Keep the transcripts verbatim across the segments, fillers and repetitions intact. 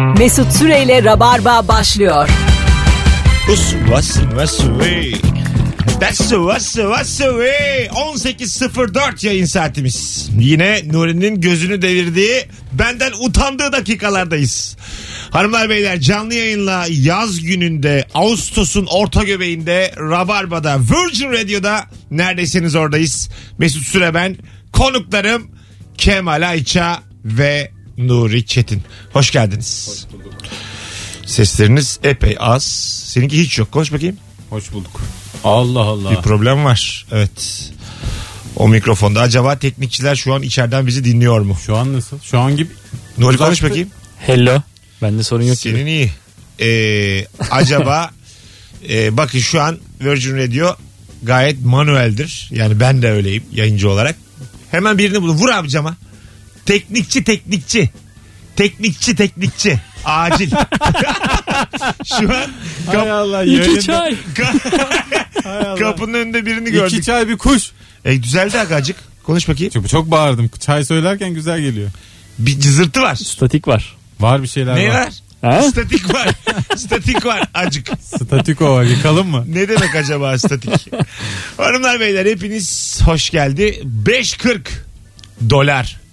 Mesut Süreyle Rabarba başlıyor. on sekiz sıfır dört yayın saatimiz. Yine Nuri'nin gözünü devirdiği, benden utandığı dakikalardayız. Hanımlar beyler, canlı yayınla yaz gününde Ağustos'un orta göbeğinde Rabarba'da, Virgin Radio'da neredeyseniz oradayız. Mesut Süre ben, konuklarım Kemal Ayça ve Nuri Çetin. Hoş geldiniz. Hoş bulduk. Sesleriniz epey az. Seninki hiç yok. Konuş bakayım. Hoş bulduk. Allah Allah. Bir problem var. Evet. O mikrofonda. Acaba teknikçiler şu an içeriden bizi dinliyor mu? Şu an nasıl? Şu an gibi. Nuri konuş bakayım. Hello. Bende sorun yok Senin gibi. iyi. Ee, acaba e, bakın şu an Virgin Radio gayet manueldir. Yani ben de öyleyim yayıncı olarak. Hemen birini bulun. Vur abi cama. Teknikçi teknikçi. Teknikçi teknikçi. Acil. Şu an Hay kap- Allah. İki Yayında... çay. Hay Allah. kapının önünde birini gördük. İki çay bir kuş. E, düzeldi agacık. Konuş bakayım. Çok, çok bağırdım. Çay söylerken güzel geliyor. Bir cızırtı var. Statik var. Var bir şeyler Ne var. var? Ha? Statik var. Statik var acık. Statiko var. Yıkalım mı? Ne demek acaba statik? Hanımlar beyler, hepiniz hoş geldi. beş kırk dolar.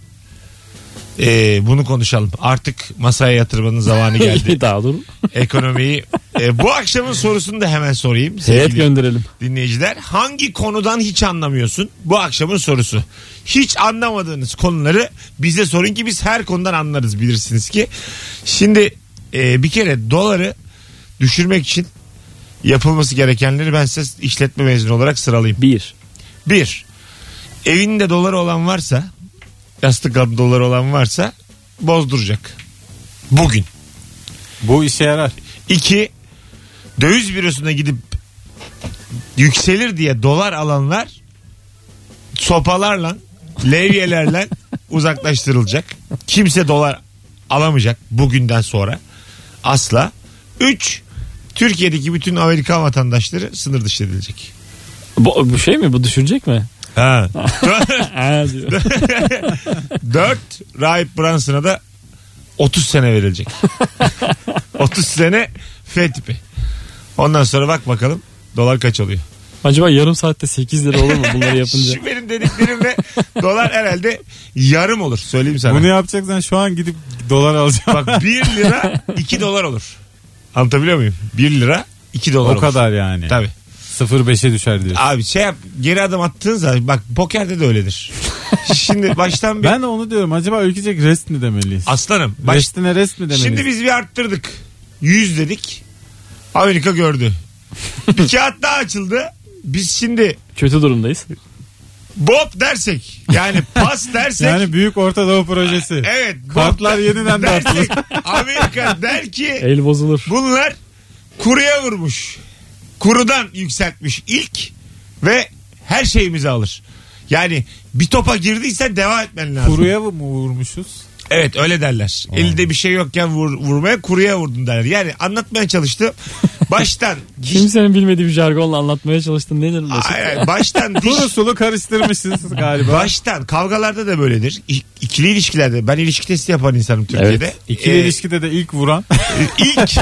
Ee, bunu konuşalım. Artık masaya yatırmanın zamanı geldi. Daha dur. Ekonomiyi. Ee, bu akşamın sorusunu da hemen sorayım. Heyet Sevgili gönderelim. dinleyiciler. Hangi konudan hiç anlamıyorsun? Bu akşamın sorusu. Hiç anlamadığınız konuları bize sorun ki biz her konudan anlarız, bilirsiniz ki. Şimdi e, bir kere doları düşürmek için yapılması gerekenleri ben size işletme mezunu olarak sıralayayım. Bir. Bir, evinde doları olan varsa, yastık altı doları olan varsa bozduracak. Bugün. Bu işe yarar. İki, döviz bürosuna gidip yükselir diye dolar alanlar sopalarla, levyelerle uzaklaştırılacak. Kimse dolar alamayacak bugünden sonra. Asla. Üç, Türkiye'deki bütün Amerikan vatandaşları sınır dışı edilecek. Bu, bu şey mi? Bu düşürecek mi? Ha. Ha diyor. Dört, Rahip Branson'a da otuz sene verilecek. otuz sene F tipi. Ondan sonra bak bakalım dolar kaç oluyor. Acaba yarım saatte sekiz lira olur mu bunları yapınca? Şu benim dediklerimle dolar herhalde yarım olur. Söyleyeyim sana. Bunu yapacaksan şu an gidip dolar alacağım. Bak bir lira iki dolar olur. Anlatabiliyor muyum? bir lira iki dolar O olur. kadar yani. Tabii. sıfır beşe düşer diyorsun. Abi şey yap, geri adım attığın zaman bak, pokerde de öyledir. Şimdi baştan bir... Ben de onu diyorum. Acaba ülkecek rest mi demeliyiz? Aslanım. Baş... Restine rest mi demeliyiz? Şimdi biz bir arttırdık. yüz dedik. Amerika gördü. Bir kağıt daha açıldı. Biz şimdi Kötü durumdayız. Bob dersek, yani pas dersek, Yani Büyük Orta Doğu Projesi. evet, Bob Kartlar der- yeniden dersek, dağıtılır. Amerika der ki El bozulur. bunlar kuruya vurmuş. Kurudan yükseltmiş ilk ve her şeyimizi alır. Yani bir topa girdiysen devam etmen lazım. Kuruya mı vurmuşuz? Evet, öyle derler. Aa. Elinde bir şey yokken vur, vurmaya kuruya vurdun derler. Yani anlatmaya çalıştım. Baştan Kimsenin bilmediği bir jargonla anlatmaya çalıştın. Nedir bu? Ay, ay, baştan diş, Kuru sulu karıştırmışsınız galiba. baştan kavgalarda da böyledir. İ- İkili ilişkilerde, ben ilişki testi yapan insanım Türkiye'de. Evet. İkili Ee, ilişkide de ilk vuran. ilk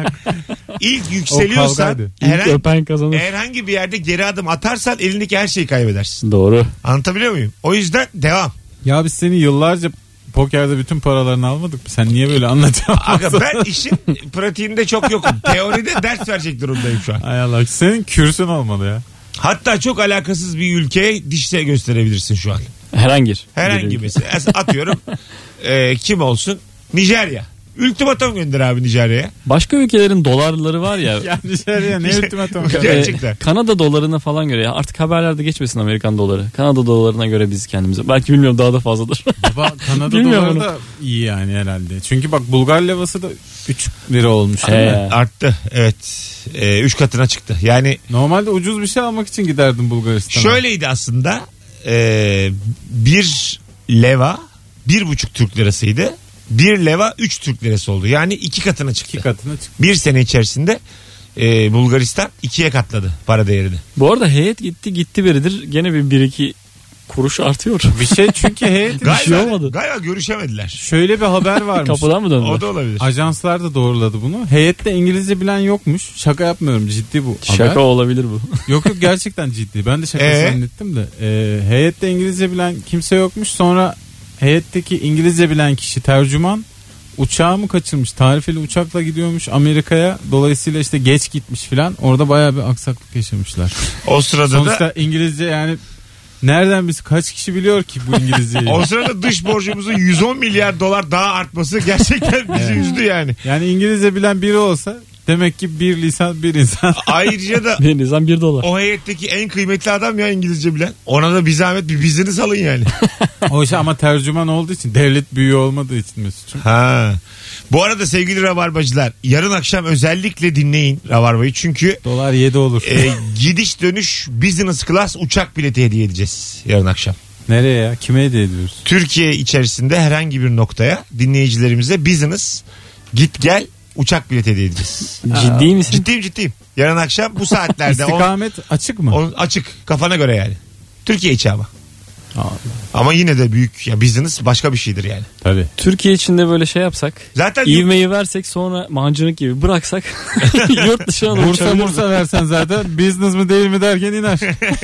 ilk yükseliyorsan kavgaydı. İlk herhangi, öpen kazanır. herhangi bir yerde geri adım atarsan elindeki her şeyi kaybedersin. Doğru. Anlatabiliyor muyum? O yüzden devam. Ya biz seni yıllarca pokerde bütün paralarını almadık mı? Sen niye böyle anlatıyorsun? Aga ben işin pratiğinde çok yokum. Teoride ders verecek durumdayım şu an. Hay Allah. Senin kürsün olmalı ya. Hatta çok alakasız bir ülkeye dişse gösterebilirsin şu an. Herhangi. Herhangi mesela. Atıyorum e, kim olsun? Nijerya. Ultimatom gönder abi Nijerya'ya. Başka ülkelerin dolarları var ya. Ya Nijerya ne ultimatum? Gel- Gerçekten. e, Kanada dolarına falan göre ya artık haberlerde geçmesin Amerikan doları. Kanada dolarına göre biz kendimize. Belki bilmiyorum, daha da fazladır. Baba Kanada Bilmiyorum doları da iyi yani herhalde. Çünkü bak Bulgar levası da üç lira olmuş. değil mi? He. Arttı. Evet. E, üç katına çıktı. Yani Normalde ucuz bir şey almak için giderdim Bulgaristan'a. şöyleydi aslında. E, bir leva bir buçuk Türk lirasıydı. Bir leva üç Türk lirası oldu. Yani iki katına çıktı. İki katına çıktı. Bir sene içerisinde e, Bulgaristan ikiye katladı para değerini. Bu arada heyet gitti gitti beridir. Gene bir bir iki Kuruş artıyor. Bir şey çünkü heyetin Galiba, şey olmadı. galiba görüşemediler. şöyle bir haber varmış. Kapıdan mı döndüler? O da olabilir. Ajanslar da doğruladı bunu. Heyette İngilizce bilen yokmuş. Şaka yapmıyorum, ciddi bu haber. Şaka olabilir bu. Yok yok, gerçekten ciddi. Ben de şaka Ee? zannettim de. Ee, heyette İngilizce bilen kimse yokmuş. Sonra heyetteki İngilizce bilen kişi tercüman uçağı mı kaçırmış? Tarifeli uçakla gidiyormuş Amerika'ya. Dolayısıyla işte geç gitmiş filan. Orada bayağı bir aksaklık yaşamışlar. O sırada Sonuçta da İngilizce yani nereden biz, kaç kişi biliyor ki bu İngilizceyi? o sırada dış borcumuzun yüz on milyar dolar daha artması gerçekten bizi üzdü yani. Yani İngilizce bilen biri olsa demek ki bir lisan bir insan. Ayrıca da Bir nizam bir dolar. o heyetteki en kıymetli adam ya İngilizce bilen. Ona da bir zahmet bir bizini salın yani. O işte ama tercüman olduğu için, devlet büyüğü olmadığı için Mesut'cum. Ha. Bu arada sevgili Rabarbacılar, yarın akşam özellikle dinleyin Rabarba'yı. Çünkü Dolar yedi olur. e, gidiş dönüş business class uçak bileti hediye edeceğiz yarın akşam. Nereye ya? Kime hediye ediyoruz? Türkiye içerisinde herhangi bir noktaya dinleyicilerimize business git gel uçak bileti hediye edeceğiz. Ciddi misin? Ciddiyim ciddiyim. Yarın akşam bu saatlerde on, İstikamet açık mı? on, açık kafana göre yani. Türkiye içi ama. Aa, Ama yine de büyük ya, business başka bir şeydir yani. tabii. Türkiye içinde böyle şey yapsak. Zaten İvmeyi versek sonra mancınık gibi bıraksak yurt dışına da Bursa uçabiliriz. Bursa versen zaten business mı değil mi derken iner.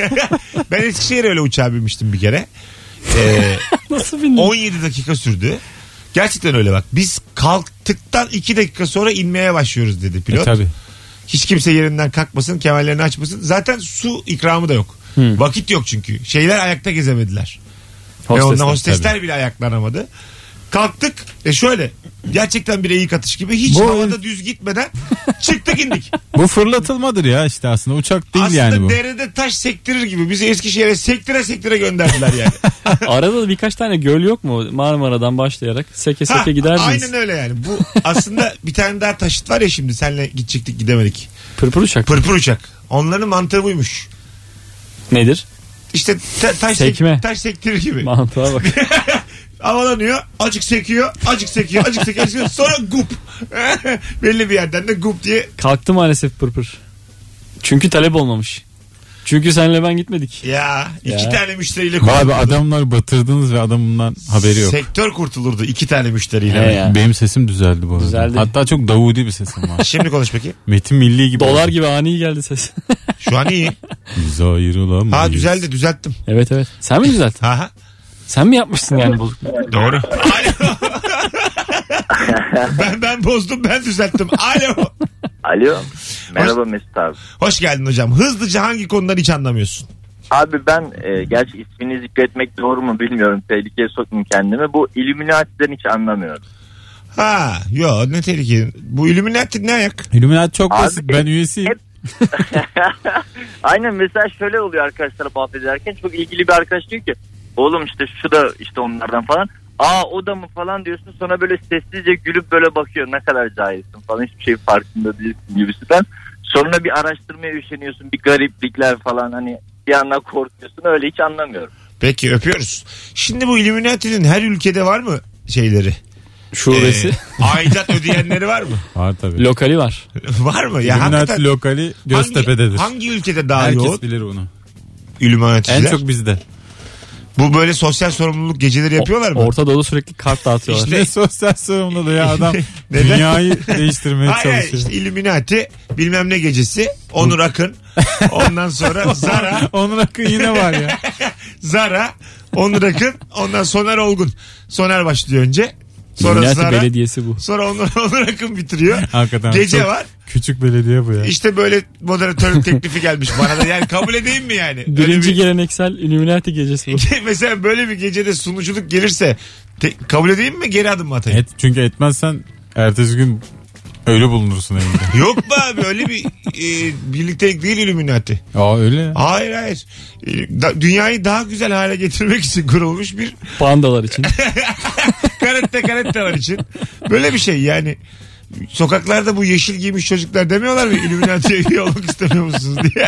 ben Eskişehir'e öyle uçağa binmiştim bir kere. Ee, Nasıl bindin? on yedi dakika sürdü. Gerçekten öyle bak. Biz kalktıktan iki dakika sonra inmeye başlıyoruz dedi pilot. E, tabii. Hiç kimse yerinden kalkmasın, kemerlerini açmasın. Zaten su ikramı da yok. Hmm. Vakit yok çünkü. Şeyler ayakta gezemediler. Ve Hostesler, ondan hostesler bile ayaklanamadı. Kalktık. E şöyle. Gerçekten bir eğik atış gibi. Hiç Bu- havada düz gitmeden çıktık indik. Bu fırlatılmadır ya işte, aslında uçak değil Aslında yani bu. derede taş sektirir gibi. Bizi Eskişehir'e sektire sektire gönderdiler yani. Arada da birkaç tane göl yok mu? Marmara'dan başlayarak seke seke Ha, gider miyiz? aynen öyle yani. Bu aslında bir tane daha taşıt var ya, şimdi seninle gidecektik gidemedik. Pırpır uçak. Pırpır uçak. Onların mantığı buymuş. Nedir? İşte ta- taş, Sekme. sek- taş sektirir gibi. Mantığa bak. Havalanıyor, acık sekiyor, acık sekiyor, acık sekiyor, acık sekiyor. Sonra gup. Belli bir yerden de gup diye. Kalktı maalesef pırpır. Çünkü talep olmamış. Çünkü senle ben gitmedik. Ya, iki Ya. tane müşteriyle Abi kurtulurdu. adamlar batırdınız ve adamından haberi yok. Sektör kurtulurdu iki tane müşteriyle. He ya. Benim sesim düzeldi bu arada. Düzeldi. Hatta çok Davudi bir sesim var. Şimdi konuş peki. Metin Milli gibi. Dolar oldu. gibi ani geldi ses. Şu an iyi. Biz ayrılamayız. Ha düzeldi, düzelttim. Evet evet. Sen mi düzelttin? Ha ha. Sen mi yapmışsın yani bu? Doğru. Alo. ben ben bozdum, ben düzelttim. Alo. Alo. Merhaba Mesut abi. Hoş geldin hocam. Hızlıca hangi konudan hiç anlamıyorsun? Abi ben e, gerçi ismini zikretmek doğru mu bilmiyorum. Tehlikeye sokmayayım kendimi. Bu Illuminati'den hiç anlamıyorum. Ha, yo ne tehlike. Bu Illuminati ne ayak? Illuminati çok Abi, basit. Ben üyesiyim. hep- Aynen, mesela şöyle oluyor arkadaşlara muhabbet ederken, çok ilgili bir arkadaş diyor ki oğlum işte şu da işte onlardan falan. Aa o da mı falan diyorsun, sonra böyle sessizce gülüp böyle bakıyor, ne kadar cahilsin falan, hiçbir şey farkında değilsin gibisinden. Sonra bir araştırmaya üşeniyorsun, bir gariplikler falan, hani bir yandan korkuyorsun, öyle hiç anlamıyorum. Peki öpüyoruz. Şimdi bu Illuminati'nin her ülkede var mı şeyleri? Şubesi. Ee, aidat ödeyenleri var mı? Var tabii. Lokali var. Var mı? Ya Illuminati hakikaten lokali Göztepe'dedir. Hangi, hangi ülkede daha Herkes yoğun bilir bunu. Illuminati'ciler? En çok bizde. Bu böyle sosyal sorumluluk geceleri yapıyorlar mı? Orta Doğu'da sürekli kart dağıtıyorlar. İşte- Ne sosyal sorumluluğu ya, adam Neden? dünyayı değiştirmeye Hayır, hayır, çalışıyor. işte Illuminati bilmem ne gecesi, Onur Akın, ondan sonra Zara, Onun hakkı yine var ya. Zara, Onur Akın, ondan Soner Olgun. Soner başlıyor önce. Sonra Illuminati Zara, Belediyesi bu. sonra Onur, Onur Akın bitiriyor. Hakikaten. Gece çok var. Küçük belediye bu ya. İşte böyle moderatörün teklifi gelmiş bana da. Yani kabul edeyim mi yani? Öyle Birinci bir- geleneksel Illuminati gecesi bu. Mesela böyle bir gecede sunuculuk gelirse te- kabul edeyim mi, geri adım mı atayım? Et, çünkü etmezsen ertesi gün ölü bulunursun evinde. Yok be abi, öyle bir e, birliktelik değil Illuminati. Aa öyle ya. Hayır hayır. E, da- dünyayı daha güzel hale getirmek için kurulmuş bir Pandalar için. karette karette var için. Böyle bir şey yani. Sokaklarda bu yeşil giymiş çocuklar demiyorlar mı Illuminati'ye üye olmak istemiyor musunuz diye.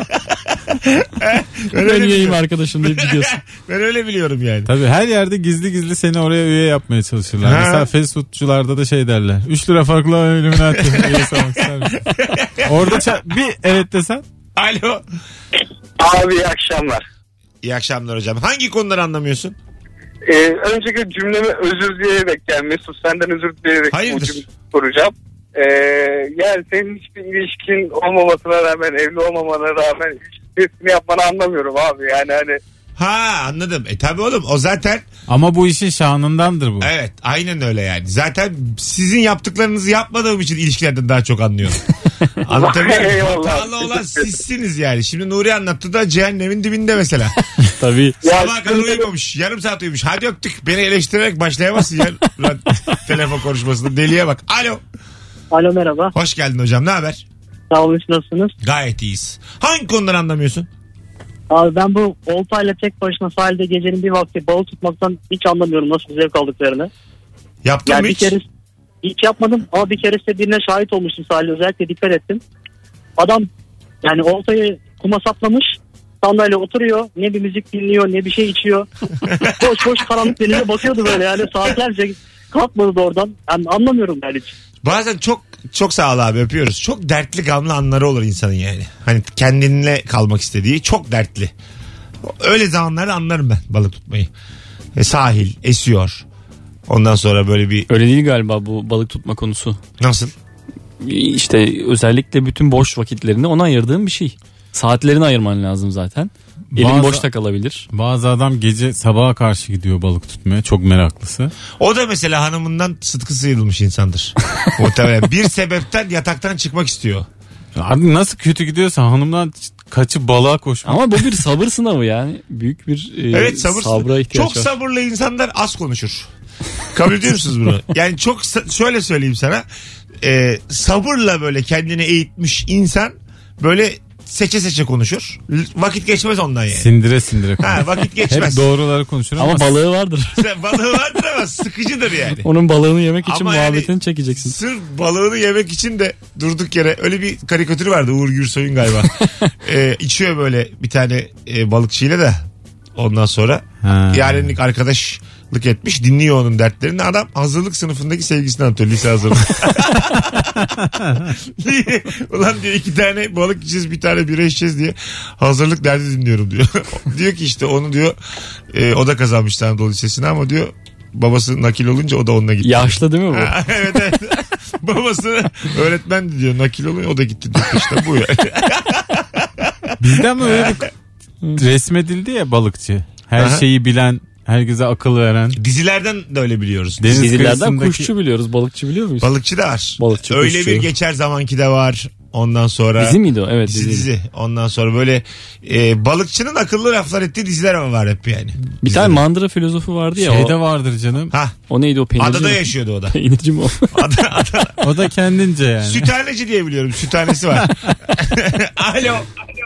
ben, Ben öyle üyeyim biliyorum. arkadaşım deyip gidiyorsun. Ben öyle biliyorum yani. Tabii her yerde gizli gizli seni oraya üye yapmaya çalışırlar. Ha. Mesela fast foodçularda da şey derler. üç lira farklı Illuminati üyesi olmak ister misin? Orada ça- bir evet desen. Alo. Abi iyi akşamlar. İyi akşamlar hocam. Hangi konuları anlamıyorsun? Ee, önceki cümleme özür dileyerek, yani Mesut senden özür dileyerek Hayırdır? bu cümleyi soracağım. Ee, yani senin hiçbir ilişkin olmamasına rağmen, evli olmamana rağmen ilişkisini yapmanı anlamıyorum abi. Yani hani. Ha anladım. E tabi oğlum o zaten. Ama bu işin şanındandır bu. Evet aynen öyle yani. Zaten sizin yaptıklarınızı yapmadığım için ilişkilerden daha çok anlıyorum. Anlatabiliyor muyum? Eyvallah. Hatalı olan sizsiniz yani. Şimdi Nuri anlattı da cehennemin dibinde mesela. Tabii. Sabah kadar uyumamış. Yarım saat uyumuş. Hadi öptük. Beni eleştirerek başlayamazsın ya. Telefon konuşmasında. Deliye bak. Alo. Alo merhaba. Hoş geldin hocam. Ne haber? Sağ olun, nasılsınız? Gayet iyiyiz. Hangi konuları anlamıyorsun? Abi ben bu oltayla tek başına sahilde gecenin bir vakti balık tutmaktan hiç anlamıyorum nasıl bir zevk aldıklarını. Yaptın Yani mı bir hiç? kere hiç yapmadım ama bir keresinde birine şahit olmuştum sahilde, özellikle dikkat ettim. Adam yani oltayı kuma saplamış, sandalye oturuyor, ne bir müzik dinliyor ne bir şey içiyor. boş boş karanlık denize bakıyordu böyle, yani saatlerce kalkmadı da oradan. Yani anlamıyorum ben hiç. Bazen çok çok sağ ol abi, öpüyoruz. Çok dertli gamlı anları olur insanın yani. Hani kendinle kalmak istediği çok dertli. Öyle zamanlarda anlarım ben balık tutmayı. E, sahil esiyor. Ondan sonra böyle bir... Öyle değil galiba bu balık tutma konusu. Nasıl? İşte özellikle bütün boş vakitlerini ona ayırdığın bir şey. Saatlerini ayırman lazım zaten. Elin Bazı- boşta kalabilir. Bazı adam gece sabaha karşı gidiyor balık tutmaya. Çok meraklısı. O da mesela hanımından sıtkı sıyrılmış insandır. Muhtemelen bir sebepten yataktan çıkmak istiyor. Abi nasıl kötü gidiyorsa hanımdan kaçıp balığa koşmak. Ama bu bir sabır sınavı yani. Büyük bir e, Evet sabır. sabra ihtiyaç Çok var. sabırlı insanlar az konuşur. Kabul ediyor musunuz bunu? Yani çok sa- şöyle söyleyeyim sana. Ee, sabırla böyle kendini eğitmiş insan böyle seçe seçe konuşur. L- Vakit geçmez ondan yani. Sindire sindire konuşur. Ha, vakit Hep geçmez. doğruları konuşur ama, Ama balığı vardır. Sen- Balığı vardır ama sıkıcıdır yani. Onun balığını yemek için Ama yani muhabbetini çekeceksin. Sırf balığını yemek için de durduk yere öyle bir karikatürü vardı Uğur Gürsoy'un galiba. ee, içiyor böyle bir tane e, balıkçıyla da ondan sonra Ha. yarenlik arkadaşlık etmiş, dinliyor onun dertlerini. Adam hazırlık sınıfındaki sevgisini anlatıyor, lise hazırlık. Ulan diyor iki tane balık yiyeceğiz, bir tane bira içeceğiz diye hazırlık derdi dinliyorum diyor. Diyor ki işte onu diyor e, o da kazanmış Anadolu Lisesi'ne ama diyor babası nakil olunca o da onunla gitti. Yaşlı değil mi bu? Ha, evet evet. Babası öğretmendi diyor, nakil olunca o da gitti diyor. İşte bu ya. bizden mi öyle bir resmedildi ya balıkçı. Her Aha. şeyi bilen, herkese akıl veren. Dizilerden de öyle biliyoruz. Deniz Dizilerden kıyısındaki- kuşçu biliyoruz. Balıkçı biliyor muyuz? Balıkçı da var. Balıkçı, öyle kuşçu. bir geçer zamanki de var. Ondan sonra Dizi miydi o? Evet dizi, dizi. dizi. Ondan sonra böyle e, balıkçının akıllı laflar ettiği diziler var hep yani. Bir tane mandıra filozofu vardı ya. Şeyde o, vardır canım. Ha, o neydi o peynirci adada mi? yaşıyordu o da. Peynirci mi o? Ada, ada, O da kendince yani. süthaneci diye biliyorum. Süthanesi var. Alo.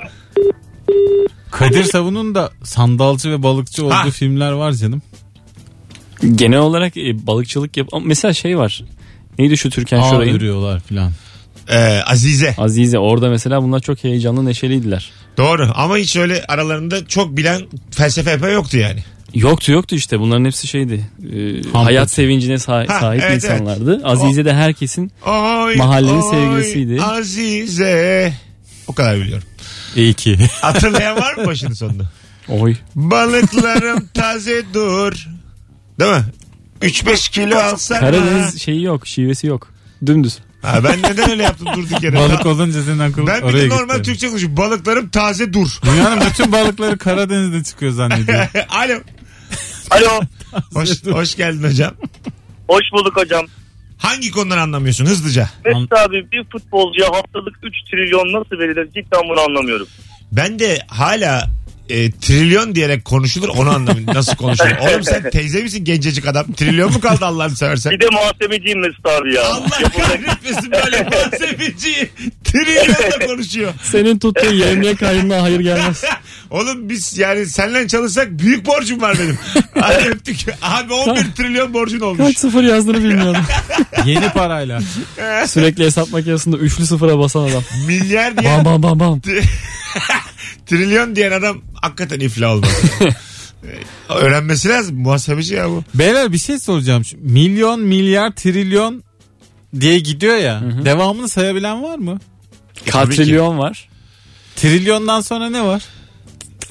Kadir Savun'un da sandalcı ve balıkçı olduğu Ha. filmler var canım. Genel olarak e, balıkçılık yap. Ama mesela şey var. Neydi şu Türkan Ağ Şoray'ın? örüyorlar filan. Ee, Azize. Azize. Orada mesela bunlar çok heyecanlı, neşeliydiler. Doğru ama hiç öyle aralarında çok bilen felsefe yapan yoktu yani. Yoktu yoktu işte. Bunların hepsi şeydi. E, hayat sevincine sah- Ha, sahip evet, insanlardı. Azize de herkesin Oy, mahallenin oy, sevgilisiydi. Azize. O kadar biliyorum. İyi ki. Hatırlayan var mı başını sonunu? Oy. Balıklarım taze dur. Değil mi? üç beş kilo alsana. Karadeniz şeyi yok. Şivesi yok. Dümdüz. Ha, ben neden öyle yaptım durduk yere? Balık olunca senin akıl Ben bir oraya de normal gitti. Türkçe konuşuyorum. Balıklarım taze dur. Dünyanın bütün balıkları Karadeniz'de çıkıyor zannediyor. Alo. Alo. Hoş, hoş geldin hocam. Hoş bulduk hocam. Hangi konuları anlamıyorsun hızlıca? Mesut abi, bir futbolcuya haftalık üç trilyon nasıl verilir, cidden bunu anlamıyorum. Ben de hala e, trilyon diyerek konuşulur onu anlamıyorum. Nasıl konuşulur? Oğlum sen teyze misin gencecik adam? Trilyon mu kaldı Allah'ını seversen? Bir de muhasebeciyim Mesut abi ya. Allah kahretmesin böyle muhasebeci. Trilyonla konuşuyor. Senin tuttuğun yevmiye kaynına hayır gelmez. Oğlum biz yani seninle çalışsak büyük borcum var benim. Hadi öptük. Abi on bir trilyon borcun olmuş. Kaç sıfır yazdığını bilmiyorum. Yeni parayla. Sürekli hesap makinesinde üçlü sıfıra basan adam. Milyar Bam diyen bam bam bam. trilyon diyen adam hakikaten iflah olmaz. Öğrenmesi lazım. Muhasebeci ya bu. Beyler bir şey soracağım. Şu milyon, milyar, trilyon diye gidiyor ya. Hı hı. Devamını sayabilen var mı? Tabii ki. Katrilyon var. Trilyondan sonra ne var?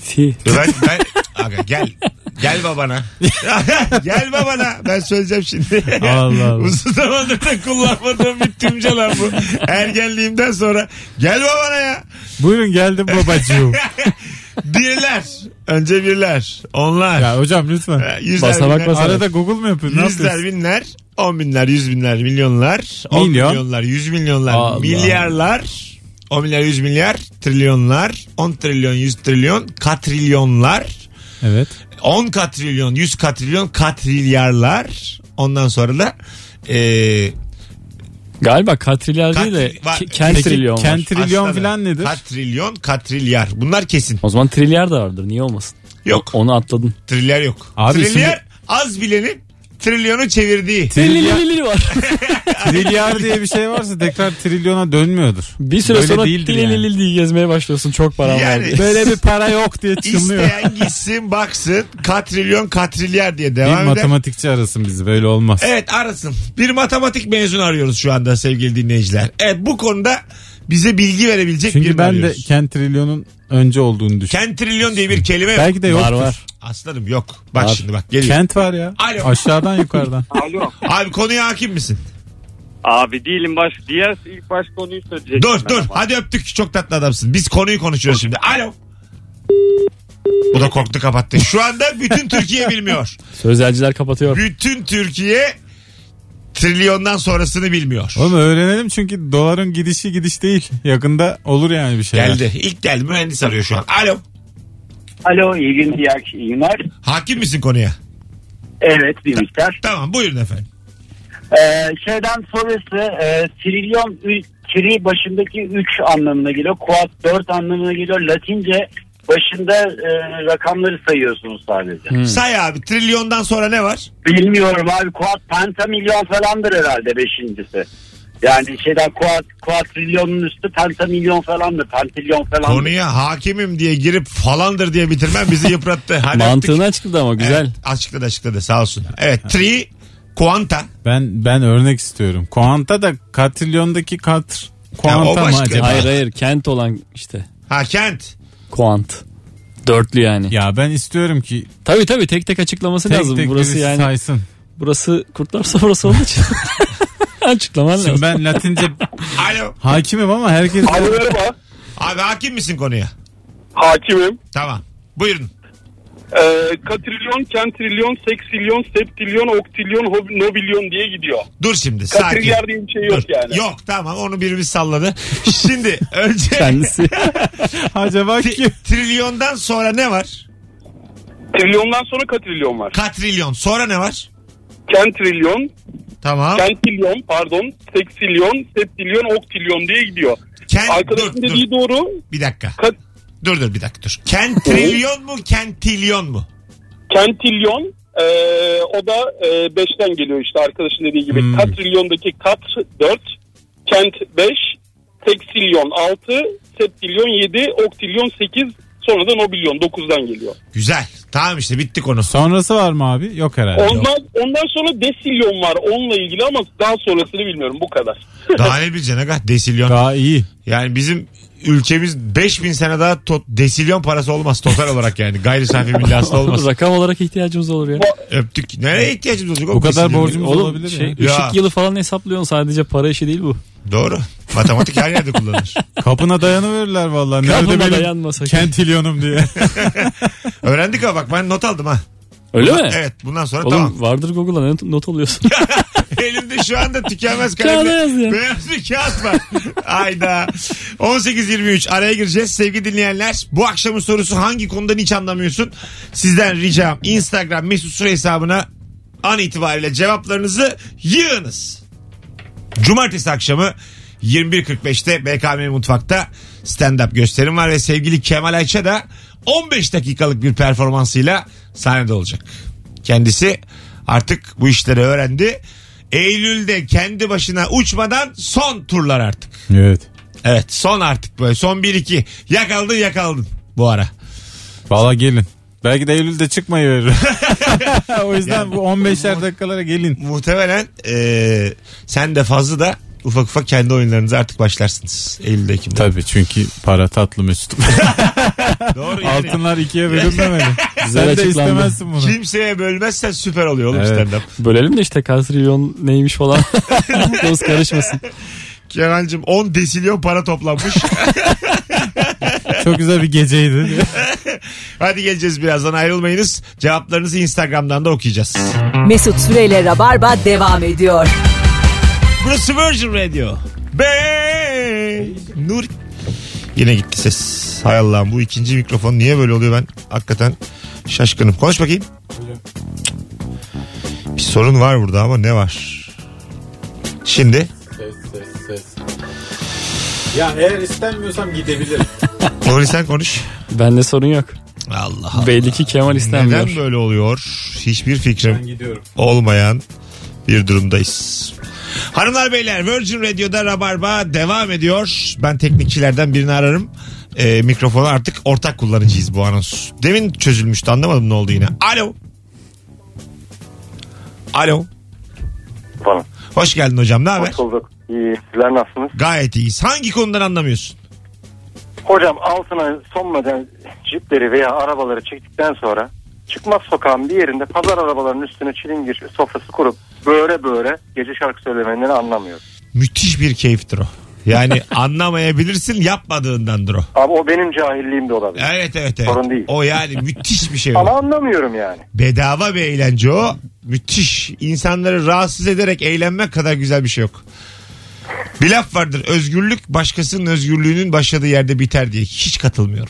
Ti. Ben, ben aga gel. Gel babana. Gel babana. Ben söyleyeceğim şimdi. Allah Allah. Uzun zamandır da kullanmadığım bir tümce lan bu. Ergenliğimden sonra. Gel babana ya. Buyurun geldim babacığım. Birler. Önce birler. Onlar. Ya hocam lütfen. Yüzler, Basamak binler. basamak. Arada Google mu yapıyorsun? Ne Yüzler, yapıyorsun? binler, on binler, yüz binler, milyonlar, on Milyon. milyonlar, yüz milyonlar, Allah. milyarlar, on milyar, yüz milyar, trilyonlar, on trilyon, yüz trilyon, katrilyonlar, Evet. on katrilyon, yüz katrilyon, katrilyarlar. Ondan sonra da eee Galiba katrilyar değil de Katri- var. ke- kentrilyon var. Kentrilyon aslında falan nedir? Katrilyon, katrilyar. Bunlar kesin. O zaman trilyar da vardır. Niye olmasın? Yok. Onu atladın. Trilyar yok. Abi trilyar şimdi- az bilenin trilyonu çevirdiği. Trilyar, Lili var. trilyar diye bir şey varsa tekrar trilyona dönmüyordur. Bir süre Böyle sonra değildir dili yani. lili diye gezmeye başlıyorsun. Çok param Yani- var. Böyle bir para yok diye çınlıyor. İsteyen gitsin baksın katrilyon katrilyar diye Bir devam eder. matematikçi arasın bizi, böyle olmaz. Evet arasın. Bir matematik mezunu arıyoruz şu anda sevgili dinleyiciler. Evet bu konuda bize bilgi verebilecek Çünkü birini ben de arıyoruz. kentrilyonun önce olduğunu düşünüyorum. Kentrilyon diye bir kelime yok. Belki de yoktur. Var var. Aslanım yok. Bak Var. şimdi bak geliyor. Kent var ya. Alo. Aşağıdan yukarıdan. Alo. Abi konuya hakim misin? Abi değilim baş. Diğer ilk baş konuyu söyleyecektim. Dur ben dur ama. hadi öptük çok tatlı adamsın. Biz konuyu konuşuyoruz şimdi. Alo. Bu da korktu kapattı. Şu anda bütün Türkiye bilmiyor. Sözlerciler kapatıyor. Bütün Türkiye trilyondan sonrasını bilmiyor. Oğlum öğrenelim çünkü doların gidişi gidiş değil. Yakında olur yani bir şeyler. Geldi. İlk geldi. Mühendis arıyor şu an. Alo. Alo, iyi günler, iyi günler. Hakim misin konuya? Evet, bir miktar. Tamam buyurun efendim. Ee, şeyden sonrası e, trilyon, ü- tri başındaki üç anlamına geliyor. Kuat dört anlamına geliyor. Latince başında e, rakamları sayıyorsunuz sadece. Hmm. Say abi trilyondan sonra ne var? Bilmiyorum abi, kuat pentamilyon falandır herhalde beşincisi. Yani şeyden kuat, kuatrilyonun üstü pentamilyon falandır, pentilyon falandır. Konuya hakimim diye girip falandır diye bitirmen bizi yıprattı. Hadi Mantığını öptük. açıkladı ama güzel. Evet, açıkladı açıkladı sağ olsun. Evet tri kuanta. Ben ben örnek istiyorum. Kuanta da katrilyondaki katr. Ya o Kuanta mı başka. acaba? Hayır hayır kent olan işte. Ha kent. Kuant. Dörtlü yani. Ya ben istiyorum ki Tabii tabii tek tek açıklaması tek lazım. tek Burası birisi yani. saysın. Burası kurtlar sofrası olduğu için. Açıklaman Şimdi lazım. ben Latince Alo. hakimim ama herkes... Alo merhaba. Abi hakim misin konuya? Hakimim. Tamam. Buyurun. Ee, katrilyon, kentrilyon, seksilyon, septilyon, oktilyon, hob- nobilyon diye gidiyor. Dur şimdi sakin. Katrilyar diye bir şey yok Dur. yani. Yok tamam onu birimiz salladı. Şimdi önce Kendisi. Acaba Ti- kim? trilyondan sonra ne var? Trilyondan sonra katrilyon var. Katrilyon. Sonra ne var? Kentrilyon, Tamam. kentilyon pardon, seksilyon, septilyon, oktilyon diye gidiyor. Kent, Arkadaşın dur, dediği dur. doğru. Bir dakika. Kat- Dur dur bir dakika dur. Kentrilyon mu kentilyon mu? Kentilyon ee, o da e, beşten geliyor işte arkadaşın dediği gibi. Hmm. Katrilyondaki kat dört, kent beş, seksilyon altı, septilyon yedi, oktilyon sekiz, sonra da nobilyon dokuzdan geliyor. Güzel. Tamam işte bitti konu. Sonrası var mı abi? Yok herhalde. Ondan, ondan sonra desilyon var onunla ilgili ama daha sonrasını bilmiyorum bu kadar. Daha ne bileceksin aga? Desilyon. Daha iyi. Yani bizim ülkemiz beş bin sene daha to- desilyon parası olmaz total olarak yani. Gayri safi milli hasıla olmaz. Rakam olarak ihtiyacımız olur ya. Öptük. Nereye ihtiyacımız olacak? Bu oğlum kadar desilyon? borcumuz Oğlum olabilir şey, ya. Ya. ışık yılı falan hesaplıyorsun sadece para işi değil bu. Doğru. Matematik her yerde kullanılır. Kapına dayanıverirler vallahi. Nerede Kapına benim dayanma sakın. kentilyonum diye. Öğrendik ama bak ben not aldım ha. Öyle Bundan- mi? Evet bundan sonra Oğlum tamam. vardır Google'da ne not alıyorsun? Elimde şu anda tükenmez Kağıda kalemle yaz ya. beyaz bir kağıt var. Ayda. on sekiz yirmi üç araya gireceğiz. Sevgili dinleyenler bu akşamın sorusu hangi konudan hiç anlamıyorsun? Sizden ricam Instagram Mesut Süre hesabına an itibariyle cevaplarınızı yığınız. Cumartesi akşamı yirmi bir kırk beşte B K M Mutfak'ta stand-up gösterim var ve sevgili Kemal Ayça da on beş dakikalık bir performansıyla sahnede olacak. Kendisi artık bu işleri öğrendi. Eylül'de kendi başına uçmadan son turlar artık. Evet. Evet son artık böyle son bir iki yakaladın yakaladın bu ara. Valla gelin. Belki de Eylül'de çıkmayı verir. O yüzden bu on beşer dakikalara gelin. Muhtemelen e, sen de fazla da ufak ufak kendi oyunlarınızı artık başlarsınız Eylül'de Ekim'de. Tabii çünkü para tatlı Mesut. Doğru yani. Altınlar ikiye bölünmemeli. Sen de açıklandı. istemezsin bunu. Kimseye bölmezsen süper oluyor oğlum Evet. stand-up. Bölelim de işte kalsiyum neymiş falan. Dost karışmasın. Kemal'cim on desilyon para toplanmış. Çok güzel bir geceydi. Hadi geleceğiz birazdan, ayrılmayınız. Cevaplarınızı Instagram'dan da okuyacağız. Mesut Süreyle Rabarba devam ediyor. Burası Virgin Radio. Bey Nur. Yine gitti ses. Hay Allah'ım, bu ikinci mikrofon niye böyle oluyor, ben hakikaten şaşkınım. Konuş bakayım. Bir sorun var burada ama ne var? Şimdi. Ses ses ses. Ya eğer istenmiyorsam gidebilirim. Nuri sen konuş. Bende sorun yok. Allah Allah. Belli ki Kemal istenmiyor. Neden böyle oluyor? Hiçbir fikrim Ben gidiyorum. olmayan bir durumdayız. Hanımlar beyler, Virgin Radio'da Rabarba devam ediyor. Ben teknikçilerden birini ararım. Ee, mikrofonu artık ortak kullanıcıyız bu anons. Demin çözülmüştü, anlamadım ne oldu yine. Alo. Alo. Falan. Hoş geldin hocam, ne haber? Hoş bulduk. İyi. Sizler nasılsınız? Gayet iyiyiz. Hangi konudan anlamıyorsun? Hocam altına son model jipleri veya arabaları çektikten sonra çıkmaz sokağın bir yerinde pazar arabalarının üstüne çilingir sofrası kurup böyle böyle gece şarkı söylemelerini anlamıyorum. Müthiş bir keyiftir o. Yani anlamayabilirsin, yapmadığındandır o. Abi o benim cahilliğim de olabilir. Evet evet evet. Sorun değil. O yani müthiş bir şey o. Ama anlamıyorum yani. Bedava bir eğlence o. Müthiş. İnsanları rahatsız ederek eğlenmek kadar güzel bir şey yok. Bir laf vardır. Özgürlük başkasının özgürlüğünün başladığı yerde biter diye. Hiç katılmıyorum.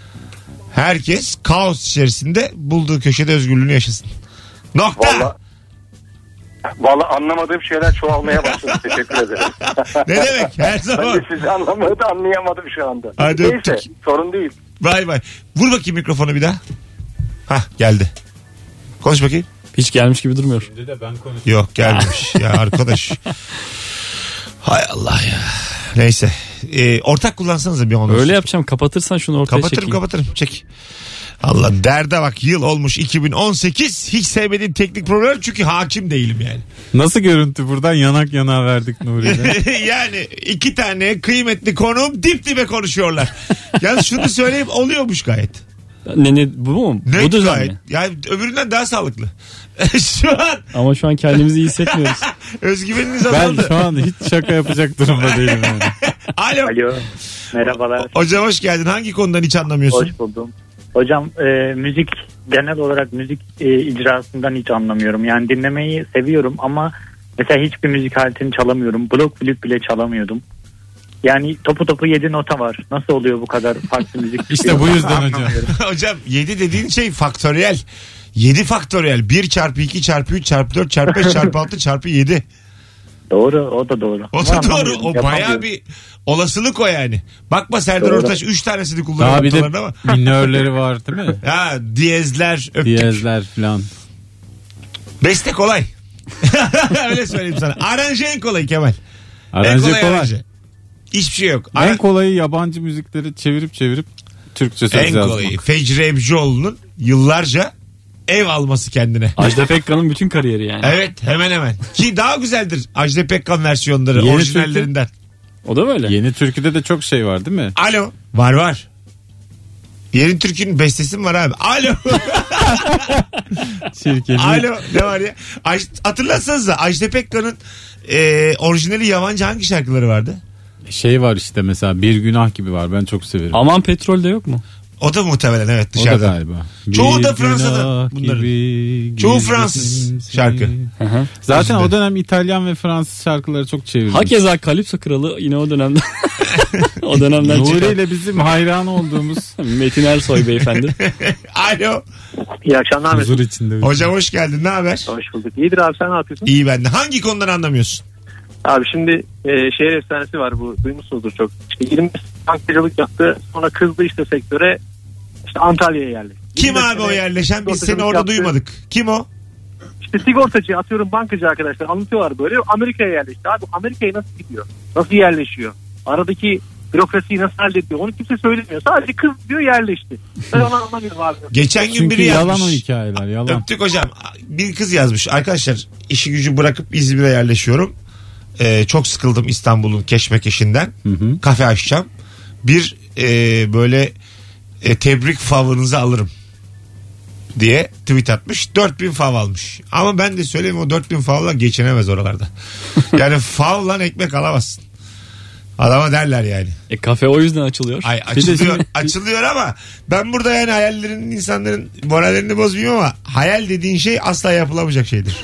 Herkes kaos içerisinde bulduğu köşede özgürlüğünü yaşasın. Nokta. Vallahi, vallahi anlamadığım şeyler çoğalmaya başladı. Teşekkür ederim. Ne demek? Her Ben zaman. de sizi anlamadı anlayamadım şu anda. Hadi Neyse öptük. sorun değil. Vay vay. Vur bakayım mikrofonu bir daha. Hah, geldi. Konuş bakayım. Hiç gelmiş gibi durmuyor. Şimdi de ben konuşayım. Yok, gelmemiş. Ya arkadaş. Hay Allah ya. Neyse. Ee, ortak kullansanıza bir onu. Öyle yapacağım. Kapatırsan şunu ortaya Kapatırım çekeyim. kapatırım. Çek. Allah, derde bak, yıl olmuş iki bin on sekiz. Hiç sevmediğim teknik problem, çünkü hakim değilim yani. Nasıl görüntü buradan yanak yana verdik Nuri'yle. Yani iki tane kıymetli konuğum dip dibe konuşuyorlar. Yalnız şunu söyleyeyim, oluyormuş gayet. Ne, ne, bu mu? Ne Bu düzen gayet. mi? Yani öbüründen daha sağlıklı. Şu an Ama şu an kendimizi iyi hissetmiyoruz. özgüveniniz Ben azaldı. şu an hiç şaka yapacak durumda değilim yani. Alo. Alo. Merhabalar. Hocam hoş geldin. Hangi konudan hiç anlamıyorsun? Hoş buldum. Hocam e, müzik genel olarak müzik e, icrasından hiç anlamıyorum. Yani dinlemeyi seviyorum ama mesela hiçbir müzik aletini çalamıyorum. Blok flüt bile çalamıyordum. Yani topu topu yedi nota var. Nasıl oluyor bu kadar farklı müzik? İşte bu yüzden hocam. Anlamıyorum. Hocam yedi dediğin şey faktöriyel. yedi faktöriyel. bir çarpı iki çarpı üç çarpı dört çarpı beş çarpı altı çarpı yedi. Doğru, o da doğru. O Ama da doğru. anlamıyorum, O yapamıyorum. bayağı bir olasılık o yani. Bakma Serdar Doğru. Ortaç üç tanesini kullanıyor Daha bir de notalarını ama. minörleri var değil mi? Ha, diyezler, öptük. Diyezler falan. Beste kolay. Öyle söyleyeyim sana. Aranje en kolay Kemal. En Aranje kolay, kolay. aranje. Hiçbir şey yok. En Ara- kolayı yabancı müzikleri çevirip çevirip Türkçe söz en yazmak. kolayı. Fecri Ebcioğlu'nun yıllarca ev alması kendine. Ajda Pekkan'ın bütün kariyeri yani. Evet, hemen hemen. Ki daha güzeldir Ajda Pekkan versiyonları Yeni orijinallerinden. O da böyle. Yeni türküde de çok şey var değil mi? Alo. Var var. Yeni türkünün bestesi mi var abi? Alo. Çirkin. Alo. Ne var ya? Aj- Hatırlarsanıza Ajda Pekkan'ın e, orijinali yabancı hangi şarkıları vardı? Şey var işte mesela Bir Günah gibi var. Ben çok severim. Aman petrol de yok mu? O da muhtemelen evet O da dışarıda. galiba. Çoğu Bir da Fransa'da günah bunların. gibi Çoğu gizledim Fransız seni. şarkı. Hı hı. Zaten Özünde. o dönem İtalyan ve Fransız şarkıları çok çevrilmiş. Hakeza Kalipso kralı yine o dönemden. O dönemden Nuri çıkan. ile bizim hayran olduğumuz Metin Ersoy beyefendi. Alo. İyi akşamlar Mesut. huzur içinde. Hocam hoş geldin. Ne haber? Hoş bulduk. İyidir abi, sen ne yapıyorsun? İyi ben de. Hangi konudan anlamıyorsun? Abi şimdi e, şehir efsanesi var, bu duymuşsunuzdur çok. İşte yirmi bankacılık yaptı, sonra kızdı işte sektöre, işte Antalya'ya yerleşti. Kim yirmi abi o sene yerleşen? Biz seni sigortacılık orada yaptı. duymadık. Kim o? İşte sigortacı, atıyorum bankacı arkadaşlar anlatıyorlar böyle. Amerika'ya yerleşti. Abi Amerika'ya nasıl gidiyor? Nasıl yerleşiyor? Aradaki bürokrasiyi nasıl hallediyor? Onu kimse söylemiyor. Sadece kız diyor yerleşti. Ben onu anlamıyorum abi. Geçen gün Çünkü biri yalan yazmış. o hikayeler yalan. Öptük hocam. Bir kız yazmış. Arkadaşlar işi gücü bırakıp İzmir'e yerleşiyorum. Ee, çok sıkıldım İstanbul'un keşmekeşinden. Hı hı. Kafe açacağım. Bir e, böyle e, tebrik favınızı alırım diye tweet atmış. dört bin fav almış. Ama ben de söyleyeyim, o dört bin favla geçinemez oralarda. Yani favla ekmek alamazsın. Adama derler yani. E kafe o yüzden açılıyor. Ay açılıyor, açılıyor ama ben burada yani hayallerin, insanların morallerini bozmuyorum ama hayal dediğin şey asla yapılamayacak şeydir.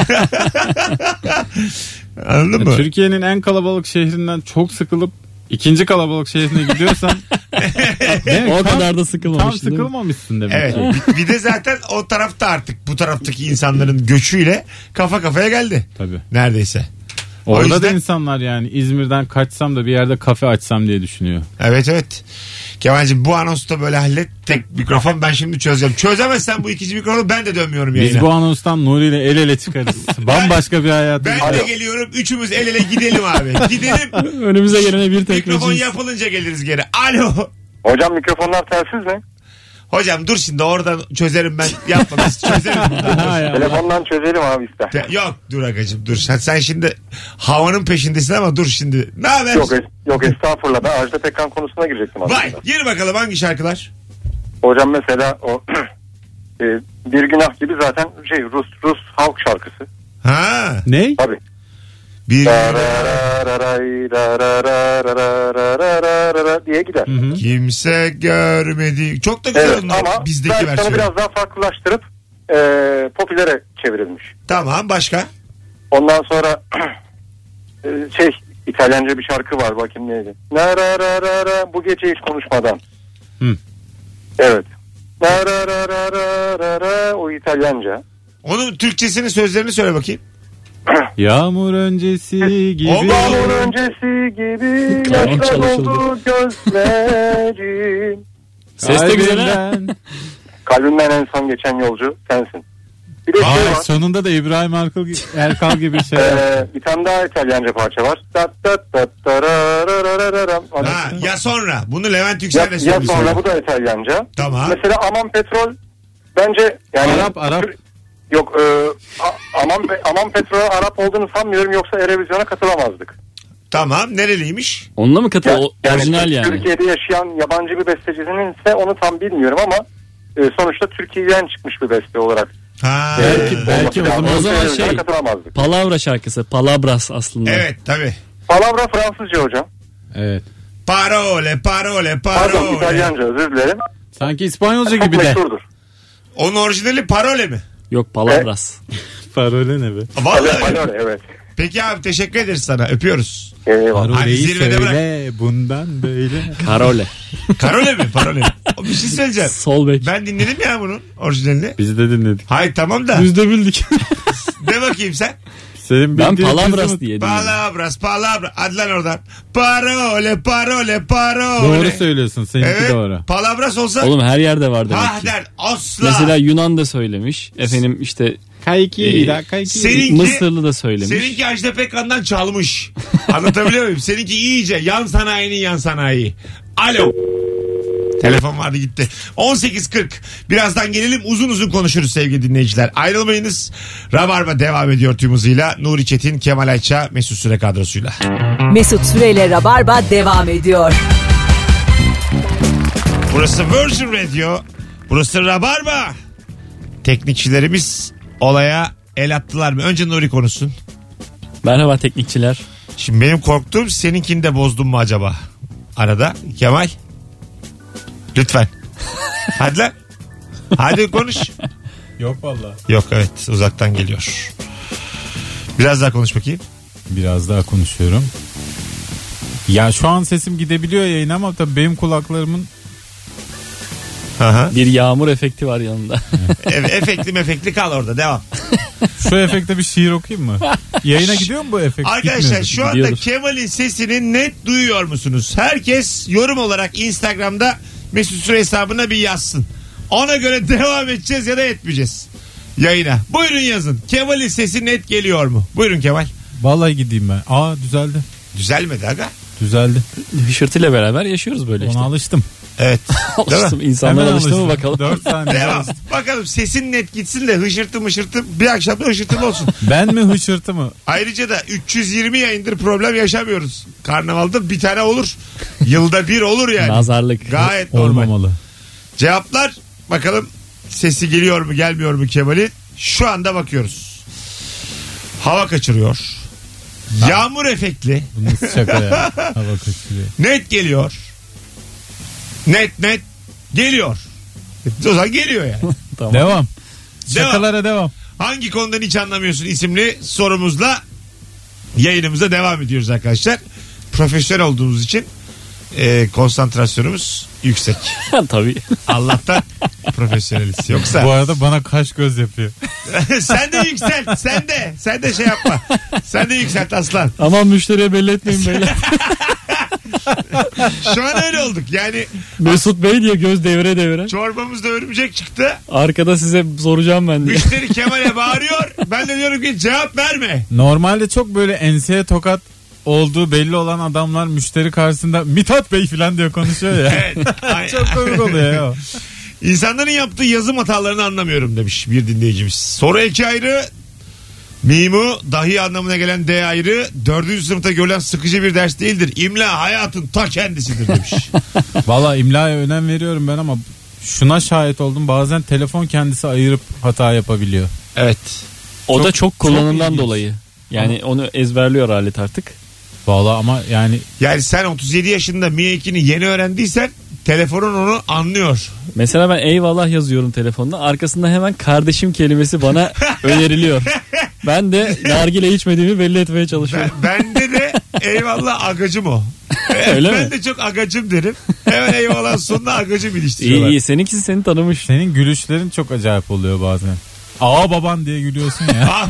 Anladın mı? Türkiye'nin en kalabalık şehrinden çok sıkılıp ikinci kalabalık şehrine gidiyorsan o kadar da sıkılmamışsın. Tam sıkılmamışsın demek. Evet. Bir, bir de zaten o tarafta artık bu taraftaki insanların göçüyle kafa kafaya geldi. Tabii. Neredeyse. Orada yüzden... da insanlar yani İzmir'den kaçsam da bir yerde kafe açsam diye düşünüyor. Evet evet. Kemal'cim bu anonsu da böyle hallet. Tek mikrofon ben şimdi çözeceğim. Çözemezsen bu ikinci mikrofonu ben de dönmüyorum yayına. Biz bu anonstan Nuri ile el ele çıkarız. Bambaşka bir hayat. Ben de geliyorum. Üçümüz el ele gidelim abi. Gidelim. Önümüze gelene bir tek mikrofon yapılınca geliriz geri. Alo. Hocam mikrofonlar telsiz mi? Hocam dur şimdi oradan çözerim ben. Yapma biz çözerim. Telefondan çözelim abi ister. Yok dur Agacığım dur. Sen, sen şimdi havanın peşindesin ama dur şimdi. Ne haber? Yok, es- yok estağfurullah, ben Ajda Pekkan konusuna girecektim aslında. Vay gir bakalım hangi şarkılar? Hocam mesela o e, Bir Günah gibi zaten şey Rus Rus halk şarkısı. Ha. Ne? Tabii. Bir diye gider. Hı hı. Kimse görmedi. Çok da güzel evet, onlar. Ama bizdeki versiyonu versiyon. biraz daha farklılaştırıp e, popülere çevrilmiş. Tamam başka? Ondan sonra e, şey İtalyanca bir şarkı var, bakayım neydi? Narararara, bu gece hiç konuşmadan. Hı. Evet. Narararara, o İtalyanca. Onun Türkçesinin sözlerini söyle bakayım. Yağmur öncesi gibi. Yağmur öncesi gibi yaşlar oldu gözlerim. Ses de güzel. Kalbimden en son geçen yolcu sensin. Bir de şey Aa, var. sonunda da İbrahim Erkal, Erkal gibi şey. Ee, bir tane daha İtalyanca parça var. Dat, dat, dat, tarararararam. Ha, ya sonra. Bunu Levent Yüksel de ya, söylüyor. ya sonra bu da İtalyanca. Tamam. Mesela Aman Petrol bence yani Arap Arap. Yok e, a, aman aman Petrol Arap olduğunu sanmıyorum, yoksa Erevizyon'a katılamazdık. Tamam, nereliymiş? Onunla mı katıl? Ya, yani Orijinal yani. Türkiye'de yaşayan yabancı bir bestecinin ise onu tam bilmiyorum ama e, sonuçta Türkiye'den çıkmış bir beste olarak. Ha. E, Belki- belki o zaman- o zaman şey- katılamazdık. Palavra şarkısı. Palabras aslında. Evet tabii. Palavra Fransızca hocam. Evet. Parole, parole, Pardon, parole. İtalyanca, özür dilerim. Sanki İspanyolca Çok gibi de. meşhurdur. Onun orijinali parole mi? Yok palavras. Parole ne be? Vallahi. Evet, Palavra, evet. Peki abi teşekkür ederiz sana. Öpüyoruz. Eyvallah. Hadi Paroleyi zirvede söyle bundan böyle. Karole. Parole mi? Parole mi? O bir şey söyleyeceğim. Sol bek. Ben dinledim ya bunun orijinalini. Biz de dinledik. Hayır tamam da. Biz de bildik. De bakayım sen. Senin Ben bildiğin palavras kızı mı- diye dinledim. Palavras, palavra. Hadi lan oradan. Parole, parole, parole. Doğru söylüyorsun. Seninki Evet. doğru. Palavras olsa. Oğlum her yerde var demek Ha ki. der. Asla. Mesela Yunan da söylemiş. Efendim işte Kayki, Ee, da kayki. senin- Mısırlı da söylemiş. Seninki Ajda Pekkan'dan çalmış. Anlatabiliyor muyum? Seninki iyice yan sanayinin yan sanayi. Alo. Telefon vardı gitti. on sekiz kırk. Birazdan gelelim, uzun uzun konuşuruz sevgili dinleyiciler. Ayrılmayınız. Rabarba devam ediyor tüm hızıyla. Nuri Çetin, Kemal Ayça, Mesut Süre kadrosuyla. Mesut Süreyle Rabarba devam ediyor. Burası Virgin Radio. Burası Rabarba. Teknikçilerimiz olaya el attılar mı? Önce Nuri konuşsun. Merhaba teknikçiler. Şimdi benim korktuğum seninkini de bozdum mu acaba? Arada. Kemal. Lütfen. Hadi lan. Hadi konuş. Yok valla. Yok evet, uzaktan geliyor. Biraz daha konuş bakayım. Biraz daha konuşuyorum. Ya şu an sesim gidebiliyor yayın ama tabii benim kulaklarımın Aha. Bir yağmur efekti var yanında. Evet, efektli mefekli kal orada, devam. şu efekte bir şiir okuyayım mı? Yayına gidiyor mu bu efekt? Arkadaşlar Gitmiyor. şu anda Gidiyordur. Kemal'in sesini net duyuyor musunuz? Herkes yorum olarak Instagram'da Mesut Süre hesabına bir yazsın. Ona göre devam edeceğiz ya da etmeyeceğiz yayına. Buyurun yazın. Kemal'in sesi net geliyor mu? Buyurun Kemal. Vallahi gideyim ben. Aa düzeldi. Düzelmedi aga. Düzeldi. Hışırtıyla beraber yaşıyoruz böyle Ona işte. alıştım. Evet. Değil mi? Alıştım. İnsanlar Hemen alıştı mı alıştım. bakalım. dört saniye. Devam. Bakalım sesin net gitsin de hışırtı mışırtı bir akşamda hışırtılı olsun. Ben mi hışırtı mı? Ayrıca da üç yüz yirmi yayındır problem yaşamıyoruz. Karnavalda bir tane olur. Yılda bir olur yani. Nazarlık. Gayet normal. Olmamalı. Cevaplar bakalım sesi geliyor mu gelmiyor mu Kemal'in? Şu anda bakıyoruz. Hava kaçırıyor. Yağmur efektli. Bu nasıl şaka ya? Hava kaçırıyor. Net geliyor. Net net geliyor. O zaman geliyor yani. Tamam. Devam. Şakalara devam. Hangi konudan hiç anlamıyorsun isimli sorumuzla yayınımıza devam ediyoruz arkadaşlar. Profesyonel olduğumuz için e, konsantrasyonumuz yüksek. Tabii. Allah'tan profesyoneliz. Yoksa Bu arada bana kaş göz yapıyor. sen de yükselt. Sen de. Sen de şey yapma. Sen de yükselt aslan. Aman müşteriye belli etmeyin beyler. Şu an öyle olduk. Yani Mesut Bey diye göz devre devre. çorbamızda örümcek çıktı. Arkada size soracağım ben diye. Müşteri Kemal'e bağırıyor. Ben de diyorum ki cevap verme. Normalde çok böyle enseye tokat olduğu belli olan adamlar müşteri karşısında Mithat Bey falan diye konuşuyor ya. Evet. Ay- Çok komik oluyor ya. İnsanların yaptığı yazım hatalarını anlamıyorum demiş bir dinleyicimiz. Soru eki ayrı. Mimu dahi anlamına gelen D ayrı. Dördüncü sınıfta görülen sıkıcı bir ders değildir. İmla hayatın ta kendisidir demiş. Valla imlaya önem veriyorum ben ama şuna şahit oldum. Bazen telefon kendisi ayırıp hata yapabiliyor. Evet. O Çok- da çok çok kullanımdan ilginç. dolayı. Yani onu ezberliyor alet artık. Valla ama yani Yani sen otuz yedi yaşında Mi ikini yeni öğrendiysen telefonun onu anlıyor. Mesela ben eyvallah yazıyorum telefonda. Arkasında hemen kardeşim kelimesi bana öneriliyor. Ben de nargile içmediğimi belli etmeye çalışıyorum. Ben, bende de eyvallah agacım o. Öyle ben mi? de çok agacım derim. Hemen eyvallah sonuna agacım İyi iliştiriyorlar. iyi. Seninkisi seni tanımış. senin gülüşlerin çok acayip oluyor bazen. Aa baban diye gülüyorsun ya.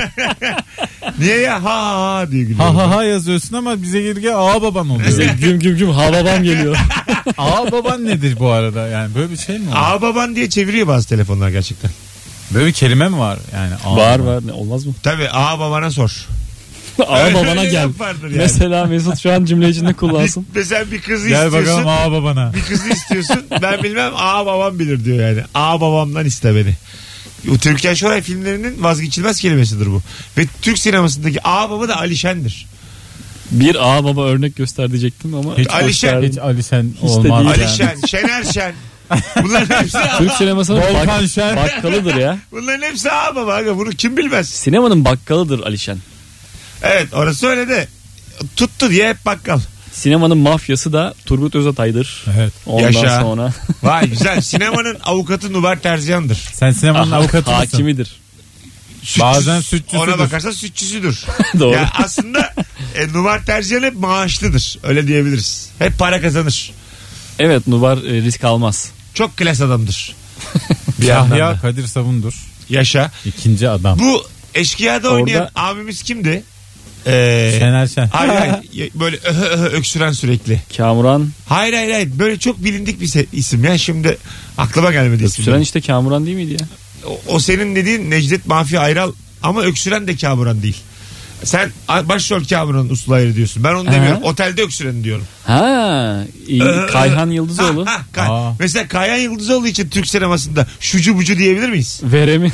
Niye ya ha ha ha diye gülüyorum. Ha ha ha yazıyorsun ama bize gelirken aa baban oluyor. Bize güm güm güm ha babam geliyor. Aa baban nedir bu arada? Yani böyle bir şey mi var? Aa baban diye çeviriyor bazı telefonlar gerçekten. Böyle bir kelime mi var? Yani aa var baban. var. Ne, olmaz mı? Tabii aa babana sor. Aa Öyle babana gel. laf vardır yani. Mesela Mesut şu an cümle içinde kullansın. Bir, mesela bir kızı Gel istiyorsun. bakalım aa babana. Bir kızı istiyorsun. Ben bilmem aa babam bilir diyor yani. Aa babamdan iste beni. O Türkan Şoray filmlerinin vazgeçilmez kelimesidir bu. Ve Türk sinemasındaki aa baba da Alişen'dir. Bir A baba örnek göster diyecektim ama Hiç Alişen. gösterdim. Hiç Alişen de olmaz. değil. yani. Alişen, Şener Şen. Bunların hepsi Türk aa, sinemasının Volkan bak, Şen. bakkalıdır ya. bunların hepsi aa baba. Aga. Bunu kim bilmez? Sinemanın bakkalıdır Alişen. Evet orası öyle de tuttu diye hep bakkal. Sinemanın mafyası da Turgut Özatay'dır. Evet. Ondan Yaşa. sonra Vay güzel. Sinemanın avukatı Nubar Terziyan'dır. Sen sinemanın avukatı mısın? hakimidir. Sütçüsü- Bazen sütçüsüdür. Ona bakarsan sütçüsüdür. Doğru. Ya aslında e, Nubar Terziyan hep maaşlıdır. Öyle diyebiliriz. Hep para kazanır. Evet Nubar e, risk almaz. Çok klas adamdır. Bir yandan Yahya da. Kadir Savundur. Yaşa. İkinci adam. Bu Eşkıya'da oynayan Orada- abimiz kimdi? Ee, Şener Şen. hayır hayır. Böyle öhö öhö öksüren sürekli. Kamuran. Hayır hayır hayır. Böyle çok bilindik bir se- isim ya. Şimdi aklıma gelmedi isim. Süren işte Kamuran değil miydi ya? O, o senin dediğin Necdet Mahfi Ayral ama öksüren de Kamuran değil. Sen başrol Kamuran uslu ayrı diyorsun. Ben onu Aha. demiyorum. Otelde öksüren diyorum. Ha, iyi. Ee, Kayhan Yıldızoğlu. Ha, ha, Kay- Aa. Mesela Kayhan Yıldızoğlu için Türk sinemasında şucu bucu diyebilir miyiz? Veremi.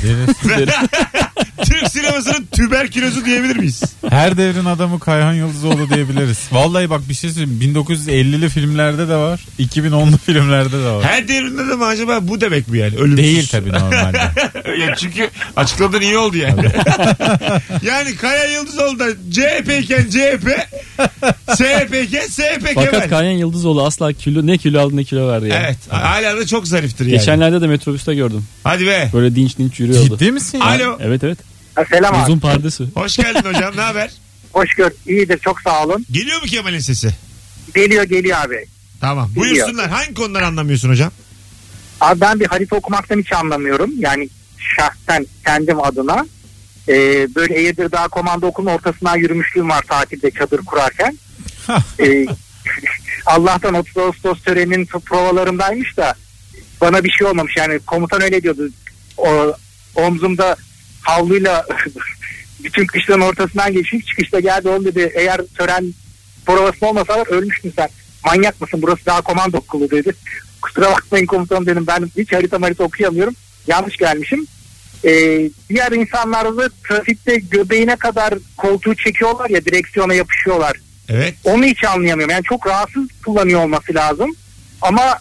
Türk sinemasının tüberkülozu diyebilir miyiz? Her devrin adamı Kayhan Yıldızoğlu diyebiliriz. Vallahi bak bir şey söyleyeyim. bin dokuz yüz ellili filmlerde de var. iki bin onlu filmlerde de var. Her devrimde de mi acaba bu demek mi yani? Ölümsüz. Değil tabii normalde. Ya çünkü açıklamadığın iyi oldu yani. Yani Kaya Yıldızoğlu da C H P iken C H P, S H P iken S H P Fakat Kemal. Kayhan Yıldızoğlu asla kilo ne kilo aldı ne kilo verdi yani. Evet. Hala da çok zariftir yani. Geçenlerde de metrobüste gördüm. Hadi be. Böyle dinç dinç yürüyordu. Ciddi misin ya? Alo. Evet evet. Ha, selam abi. Uzun pardesi. Hoş geldin hocam. Ne haber? Hoş gör. İyidir, çok sağ olun. Geliyor mu Kemal'in sesi? Geliyor geliyor abi. Tamam. Geliyor. Buyursunlar. Hangi konuları anlamıyorsun hocam? Abi ben bir harita okumaktan hiç anlamıyorum. Yani şahsen kendim adına. Ee, böyle Eğirdir Komando Okulu'nun ortasından yürümüşlüğüm var tatilde çadır kurarken. Ee, Allah'tan otuz Ağustos töreninin provalarındaymış da bana bir şey olmamış. Yani komutan öyle diyordu. O, omzumda havluyla bütün kışların ortasından geçip çıkışta geldi oğlum dedi. Eğer tören provası olmasalar ölmüştün sen. Manyak mısın? Burası daha komando okulu dedi. Kusura bakmayın komutanım dedim. Ben hiç harita harita okuyamıyorum. Yanlış gelmişim. Ee, diğer insanlar da trafikte göbeğine kadar koltuğu çekiyorlar ya, direksiyona yapışıyorlar. Evet. Onu hiç anlayamıyorum. Yani çok rahatsız kullanıyor olması lazım. Ama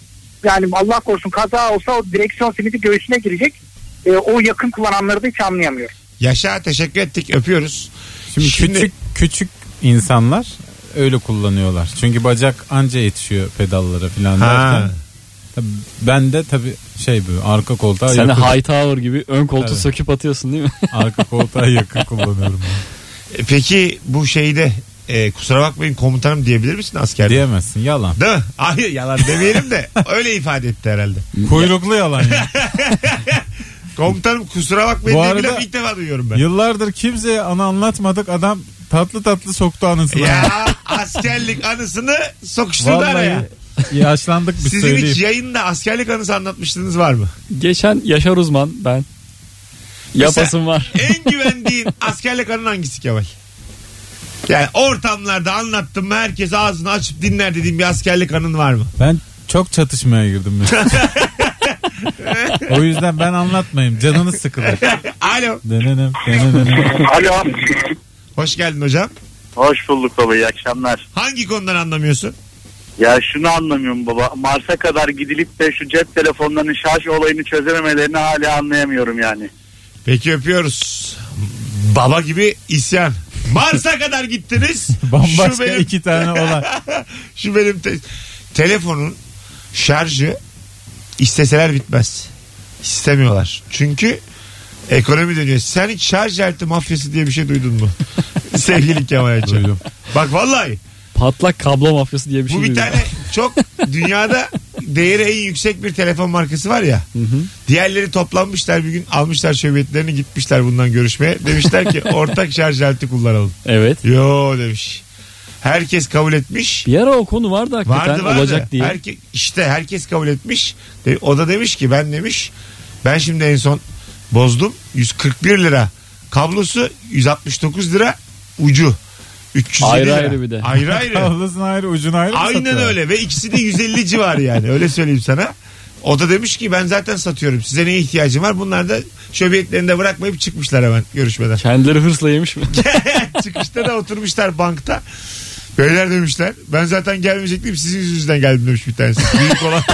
yani Allah korusun kaza olsa o direksiyon simidi göğsüne girecek. E, o yakın kullananları da hiç anlayamıyorum. Yaşa, teşekkür ettik, öpüyoruz. Şimdi, Şimdi- küçük küçük insanlar öyle kullanıyorlar. Çünkü bacak anca yetişiyor pedallara falan Ha. derken. Tabii ben de tabii şey böyle arka koltuğa Sen de yakın. Hightower gibi ön koltuğu Evet. söküp atıyorsun değil mi? Arka koltuğa yakın kullanıyorum. E, Peki bu şeyde e, kusura bakmayın komutanım diyebilir misin askerde? Diyemezsin, yalan. Değil mi? Hayır, yalan demeyelim de öyle ifade etti herhalde. Kuyruklu yalan ya. Komutanım kusura bakmayın Bu diye arada- bir laf ilk defa duyuyorum ben. Yıllardır kimseye anı anlatmadık, adam tatlı tatlı soktu anısını. Ya askerlik anısını sokuşturdu Vallahi araya. yaşlandık bir Sizin söyleyeyim. hiç yayında askerlik anısı anlatmışlığınız var mı? Geçen Yaşar Uzman ben. Yapasım var. En güvendiğin askerlik anın hangisi Kemal? Yani ortamlarda anlattım mı herkes ağzını açıp dinler dediğim bir askerlik anın var mı? Ben çok çatışmaya girdim mesela. O yüzden ben anlatmayayım. Canınız sıkılır. Alo. Denenem, denenem. Alo. Hoş geldin hocam. Hoş bulduk baba, iyi akşamlar. Hangi konudan anlamıyorsun? Ya şunu anlamıyorum baba. Mars'a kadar gidilip de şu cep telefonlarının şarj olayını çözememelerini hala anlayamıyorum yani. Peki öpüyoruz. Baba gibi isyan. Mars'a kadar gittiniz. Bambaşka Şu benim- iki tane olay. Şu benim te- telefonun şarjı isteseler bitmez. İstemiyorlar. Çünkü ekonomi dönüyor. Sen hiç şarj aleti mafyası diye bir şey duydun mu? Sevgili Kemal Ayça. Duydum. Bak vallahi Patlak kablo mafyası diye bir şey bu bir duydum. tane çok dünyada değeri en yüksek bir telefon markası var ya. Diğerleri toplanmışlar bir gün, almışlar şöbiyetlerini, gitmişler bundan görüşmeye. Demişler ki ortak şarj aleti kullanalım. Evet. Yo demiş. Herkes kabul etmiş. Bir ara o konu vardı hakikaten Vardı vardı. olacak diye. Herke, işte herkes kabul etmiş. De- O da demiş ki ben demiş ben şimdi en son bozdum. yüz kırk bir lira kablosu, yüz altmış dokuz lira ucu. üç yüz yedi Ayrı lira. ayrı bir de. Ayrı ayrı. Kablosun ayrı, ucun ayrı mı Aynen satıyorlar? öyle ve ikisi de yüz elli civarı yani öyle söyleyeyim sana. O da demiş ki ben zaten satıyorum. Size neye ihtiyacım var? Bunlar da şöbiyetlerinde bırakmayıp çıkmışlar hemen görüşmeden. Kendileri hırsla yemiş mi? Çıkışta da oturmuşlar bankta. Beyler demişler. Ben zaten gelmeyecektim. Sizin yüzünüzden geldim demiş bir tanesi. Büyük olan.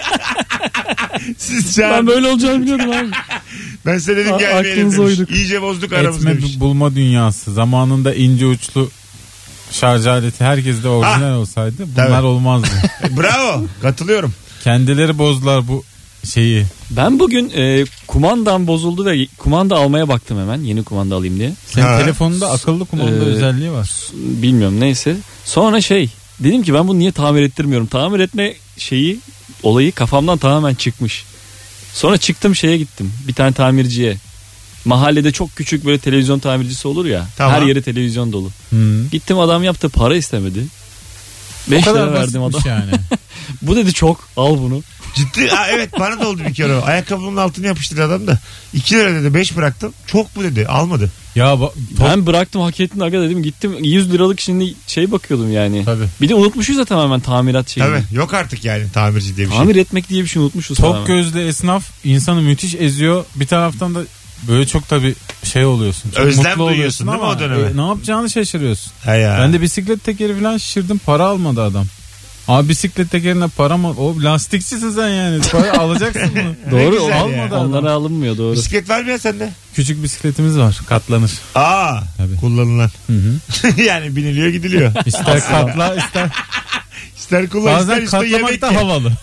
Siz çağırın. Ben böyle olacağını biliyordum abi. Ben size dedim A- gelmeyelim aklınıza demiş. uyduk. İyice bozduk aramızı Etme demiş. bulma dünyası. Zamanında ince uçlu şarj aleti herkeste orijinal Ha. olsaydı bunlar Tabii. olmazdı. Bravo. Katılıyorum. Kendileri bozdular bu şeyi. Ben bugün e, kumandam bozuldu ve kumanda almaya baktım hemen. Yeni kumanda alayım diye. Senin Ha. telefonunda akıllı kumanda Ee, özelliği var. Bilmiyorum neyse. Sonra şey dedim ki ben bunu niye tamir ettirmiyorum. Tamir etme şeyi olayı kafamdan tamamen çıkmış. Sonra çıktım şeye gittim. Bir tane tamirciye. Mahallede çok küçük böyle televizyon tamircisi olur ya. Tamam. Her yeri televizyon dolu. Hı. Gittim adam yaptı, para istemedi. O beş kadar lira verdim adam. basitmiş yani. Bu dedi çok, al bunu. Ciddi. Ha, evet bana da oldu bir kere o. Ayakkabımın altını yapıştırdı adam da. iki lira dedi, beş bıraktım. Çok bu dedi. Almadı. Ya ba- Ben bıraktım, hak ettin aga dedim. Gittim yüz liralık şimdi şey bakıyordum yani. Tabii. Bir de unutmuşuz da tamamen tamirat şeyini. Tabii. Yok artık yani tamirci diye bir şey. Tamir etmek diye bir şey unutmuşuz Tok tamamen. gözlü esnaf insanı müthiş eziyor. Bir taraftan da böyle çok tabii şey oluyorsun. Çok Özlem mutlu duyuyorsun oluyorsun değil mi ama o döneme? e, ne yapacağını şaşırıyorsun. Ha ya. Ben de bisiklet tekeri falan şişirdim, para almadı adam. Abi bisiklet tekerine para mı? O lastikçisin sen yani. Para alacaksın bunu. Doğru, güzel almadı ya. adam. Onlara alınmıyor doğru. Bisiklet var mı ya sende? Küçük bisikletimiz var, katlanır. Aa. Tabii. Kullanılan. Hı hı. Yani biniliyor gidiliyor. İster katla ister. İster kullan Bazen ister işte yemek katlamak da ye. havalı.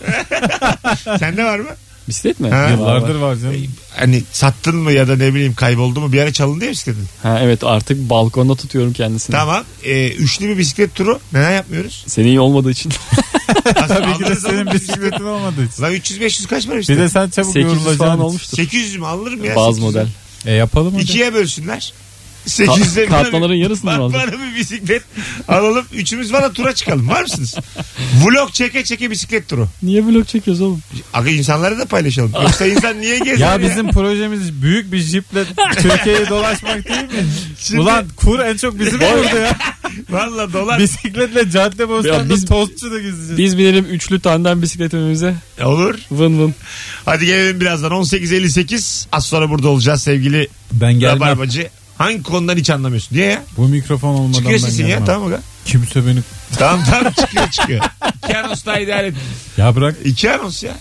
Sende var mı? Bisiklet mi? Ha. Yıllardır var canım. Hani sattın mı ya da ne bileyim kayboldu mu bir ara çalındı ya bisikletin. Ha evet, artık balkonda tutuyorum kendisini. Tamam. Ee, üçlü bir bisiklet turu. Neden yapmıyoruz? Senin iyi olmadığı için. Tabii ki de Alırız senin oğlum bisikletin olmadığı için. Lan üç yüz beş yüz kaç para işte? Bir de sen çabuk sekiz yüz falan yorulacaksın. olmuştur. sekiz yüz mü alırım ya? Bazı sekiz yüz. model. E yapalım hadi. İkiye bölsünler. sekiz yüz katlanların yarısını mı aldın? Bana bir bisiklet alalım. Üçümüz bana tura çıkalım. Var mısınız? Vlog çeke çeke bisiklet turu. Niye vlog çekiyoruz oğlum? Aga insanlara da paylaşalım. Yoksa insan niye gezer ya? Ya bizim projemiz büyük bir jiple Türkiye'yi dolaşmak değil mi? Şimdi- Ulan kur en çok bizim orada ya. Valla dolar. Bisikletle cadde Ya bostanında biz- tostçu da gezeceğiz. Biz binelim üçlü tandem bisikletimize. Olur. Vın vın. Hadi gelelim birazdan. on sekiz elli sekiz. Az sonra burada olacağız sevgili Ben gelmem. Rabarbacı. Hangi konudan hiç anlamıyorsun? Niye ya? Bu mikrofon olmadan Çıkıyor ben sesin ya. gelmem. Tamam aga. Kimse beni... Tamam tamam çıkıyor çıkıyor. İki anons daha idare et. Ya bırak. İki anons ya.